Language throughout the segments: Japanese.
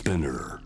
Spinner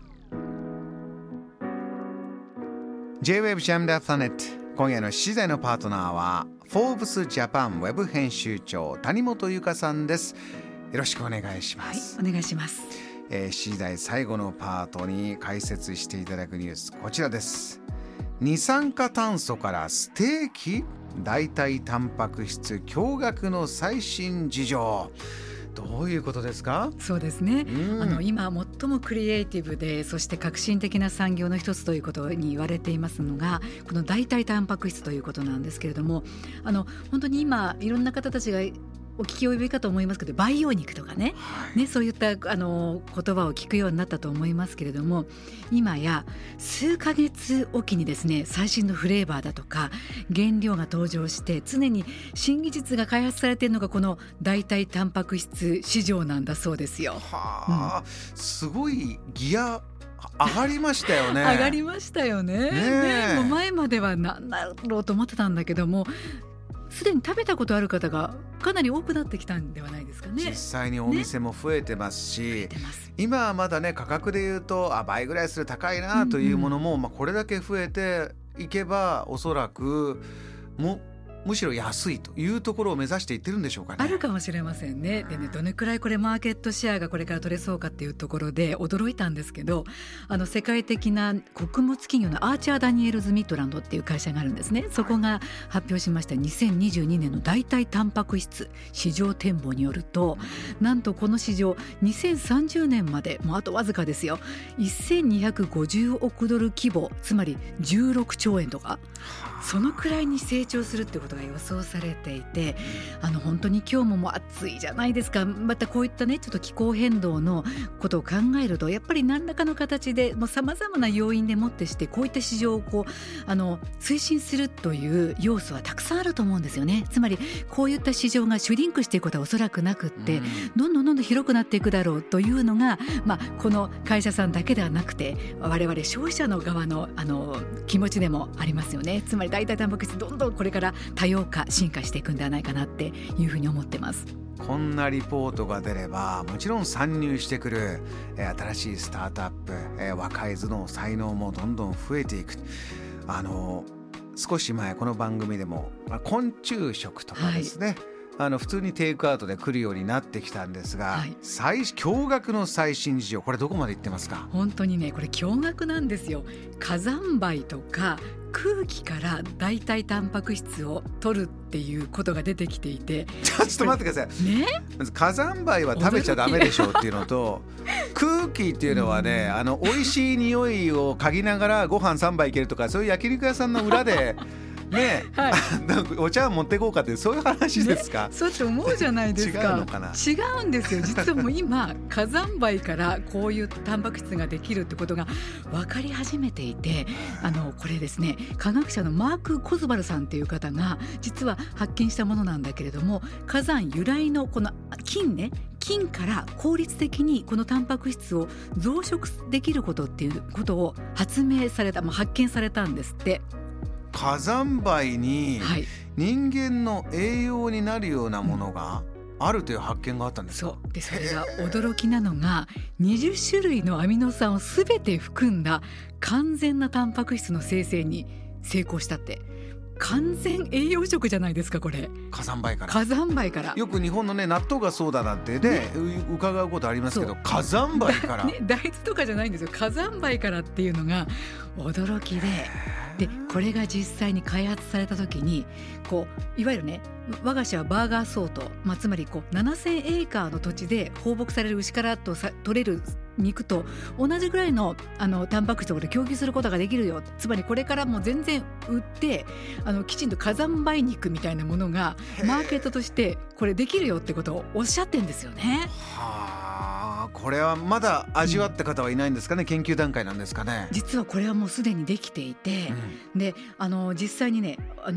J-Wave Jam the Planet 今夜の7時台のパートナーはフォーブスジャパンウェブ編集長谷本由香さんです。よろしくお願いします。 はい、お願いします。 7時台最後のパートに解説していただくニュース、こちらです。二酸化炭素からステーキ、代替タンパク質驚愕の最新事情、どういうことですか？ そうですね、今最もクリエイティブでそして革新的な産業の一つということに言われていますのがこの代替タンパク質ということなんですけれども、本当に今いろんな方たちがお聞き及びかと思いますけど、培養肉とか ね、そういった言葉を聞くようになったと思いますけれども、今や数ヶ月おきにですね、最新のフレーバーだとか原料が登場して常に新技術が開発されているのがこの代替タンパク質市場なんだそうですよ。 すごいギア上がりましたよね。 上がりましたよ ね。もう前までは何だろうと思ってたんだけども、すでに食べたことある方がかなり多くなってきたんではないですかね。 実際にお店も増えてますし、今はまだね価格で言うと倍ぐらいする高いなというものも、これだけ増えていけばおそらくむしろ安いというところを目指していってるんでしょうかね。あるかもしれませんね。でね、どのくらいこれマーケットシェアがこれから取れそうかっていうところで驚いたんですけど、世界的な穀物企業のアーチャー・ダニエルズ・ミッドランドっていう会社があるんですね。そこが発表しました2022年の代替タンパク質市場展望によると、なんとこの市場2030年までもうあとわずかですよ、1250億ドル規模、つまり16兆円とかそのくらいに成長するってことが予想されていて、本当に今日ももう暑いじゃないですか。またこういったねちょっと気候変動のことを考えると、やっぱり何らかの形でさまざまな要因でもってしてこういった市場を推進するという要素はたくさんあると思うんですよね。つまりこういった市場がシュリンクしていくことはおそらくなくって、どんどん広くなっていくだろうというのが、この会社さんだけではなくて我々消費者の側の、気持ちでもありますよね。つまり代替タンパク質どんどんこれから多様化進化していくんではないかなっていうふうに思ってます。 こんなリポートが出ればもちろん参入してくる、新しいスタートアップ、若い頭脳才能もどんどん増えていく。少し前この番組でも昆虫食とかですね、普通にテイクアウトで来るようになってきたんですが、驚愕の最新事情、これどこまでいってますか？ 本当にねこれ驚愕なんですよ。火山灰とか空気から代替タンパク質を取るっていうことが出てきていて、 ちょっと待ってください、ね、まず火山灰は食べちゃダメでしょっていうのと空気っていうのはね、美味しい匂いを嗅ぎながらご飯3杯いけるとか、そういう焼肉屋さんの裏でね、お茶碗持っていこうかってそういう話ですか？ そうって思うじゃないですか。 違うのかな？ 違うんですよ。実はもう今火山灰からこういうタンパク質ができるってことが分かり始めていて、これですね、科学者のマーク・コズバルさんっていう方が実は発見したものなんだけれども、火山由来のこの菌から効率的にこのタンパク質を増殖できることっていうことを発見されたんですって。 火山灰に人間の栄養になるようなものがあるという発見があったんですか？ そうで、それが驚きなのが20種類のアミノ酸をすべて含んだ完全なタンパク質の生成に成功したって。完全栄養食じゃないですかこれ。火山灰からよく日本のね納豆がそうだなんてね、伺うことありますけど、火山灰から、 大豆とかじゃないんですよ。火山灰からっていうのが驚きで、これが実際に開発された時にいわゆるね、我が社はバーガーソート、つまり7000エーカーの土地で放牧される牛から取れる肉と同じぐらいのタンパク質を供給することができるよ。つまりこれからもう全然売ってきちんと火山灰肉みたいなものがマーケットとしてこれできるよってことをおっしゃってんですよね。 これはまだ味わった方はいないんですかね？研究段階なんですかね？ 実はこれはもうすでにできていて、で実際にね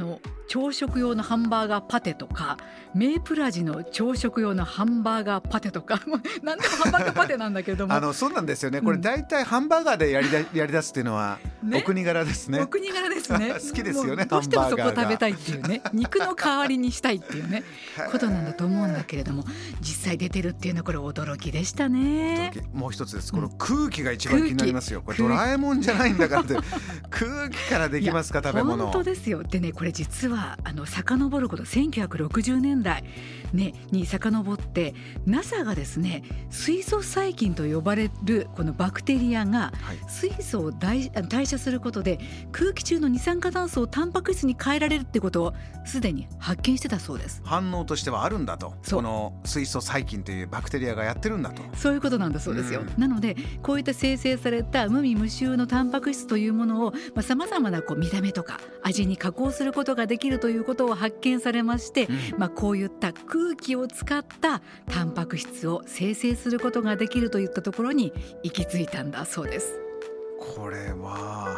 朝食用のハンバーガーパテとか、メープル味の朝食用のハンバーガーパテとかもう何でもハンバーガーパテなんだけれどもそうなんですよね。これ大体ハンバーガーでやり出すっていうのはお国柄ですね。 お国柄ですね。 好きですよね。 どうしてもそこをハンバーガーが食べたいっていうね、肉の代わりにしたいっていうねことなんだと思うんだけれども、実際出てるっていうのはこれ驚きでしたね。 もう一つです。この空気が一番気になりますよ。これドラえもんじゃないんだからって空気からできますか、食べ物。 本当ですよ。でね、これ実は遡ること1960年代、ね、に遡って NASA がですね、水素細菌と呼ばれるこのバクテリアが水素を代謝することで空気中の二酸化炭素をタンパク質に変えられるってことをすでに発見してたそうです。 反応としてはあるんだと。この水素細菌というバクテリアがやってるんだと。 そういうことなんだそうですよ。なのでこういった生成された無味無臭のタンパク質というものをさまざまな見た目とか味に加工することができるということを発見されまして、こういった空気を使ったタンパク質を生成することができるといったところに行き着いたんだそうです。 これは、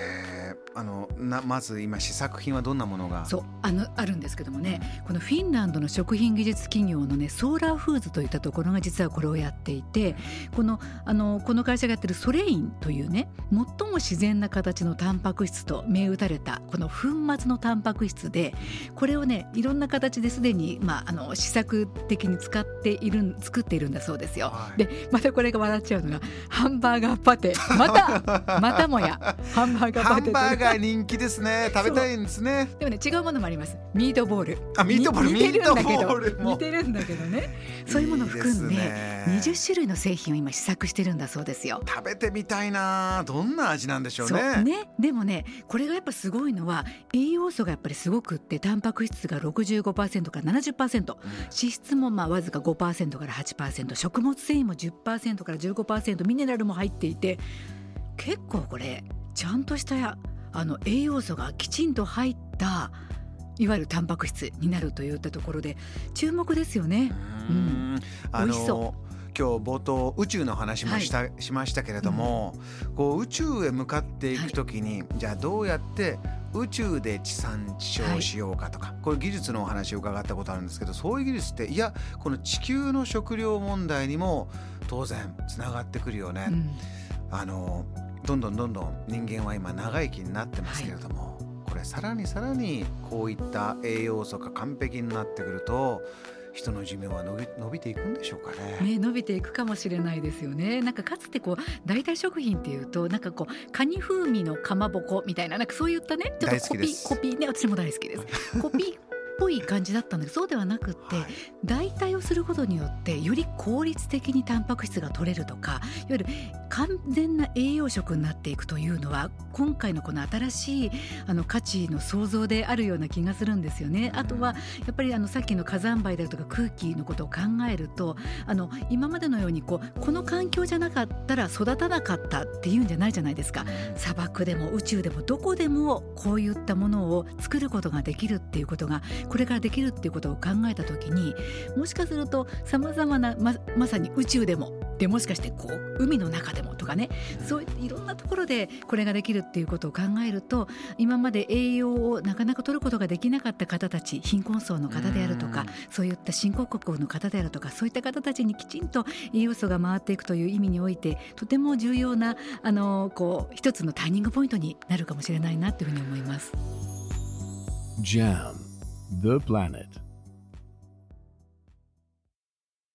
まず今試作品はどんなものがあるんですけどもね、このフィンランドの食品技術企業のね、ソーラーフーズといったところが実はこれをやっていて、この会社がやってるソレインというね、最も自然な形のタンパク質と銘打たれたこの粉末のタンパク質で、これをねいろんな形ですでに、試作的に作っているんだそうですよ。でまたこれが笑っちゃうのがハンバーガーパテ、またもやハンバーガーパテ。 ハンバーガー人気ですね。食べたいんですね。 でもね、違うものもあります。ミートボール。 ミートボール似てるんだけどね、そういうものを含んで20種類の製品を今試作してるんだそうですよ。 食べてみたいな。どんな味なんでしょうね。 でもね、これがやっぱすごいのは栄養素がやっぱりすごくって、タンパク質が 65% から 70%、脂質もわずか 5% から 8%、食物繊維も 10% から 15%、ミネラルも入っていて、結構これちゃんとした栄養素がきちんと入ったいわゆるタンパク質になるといったところで注目ですよね。美味しそう。 今日冒頭宇宙の話もしましたけれども、こう宇宙へ向かっていくときに、じゃあどうやって宇宙で地産地消しようかとか、これ技術のお話を伺ったことあるんですけど、そういう技術ってこの地球の食料問題にも当然つながってくるよね。どんどん人間は今長生きになってますけれども、これさらにこういった栄養素が完璧になってくると人の寿命は伸びていくんでしょうかね。 伸びていくかもしれないですよね。かつて代替食品っていうとカニ風味のかまぼこみたいな、そういったね、ちょっとコピーね、私も大好きです。コピーっぽい感じだったんだけど、そうではなくって、代替をすることによってより効率的にタンパク質が取れるとか、いわゆる完全な栄養食になっていくというのは今回のこの新しい価値の創造であるような気がするんですよね。あとはやっぱりさっきの火山灰であるとか空気のことを考えると、今までのようにこの環境じゃなかったら育たなかったっていうんじゃないじゃないですか。砂漠でも宇宙でもどこでもこういったものを作ることができるっていうことが、これからできるっていうことを考えたときに、もしかするとさまざまな まさに宇宙でもで、もしかして海の中でもとかね、そういろんなところでこれができるっていうことを考えると、今まで栄養をなかなか取ることができなかった方たち、貧困層の方であるとか、そういった新興国の方であるとか、そういった方たちにきちんと栄養素が回っていくという意味において、とても重要な一つのターニングポイントになるかもしれないなというふうに思います。 JAM, the planet.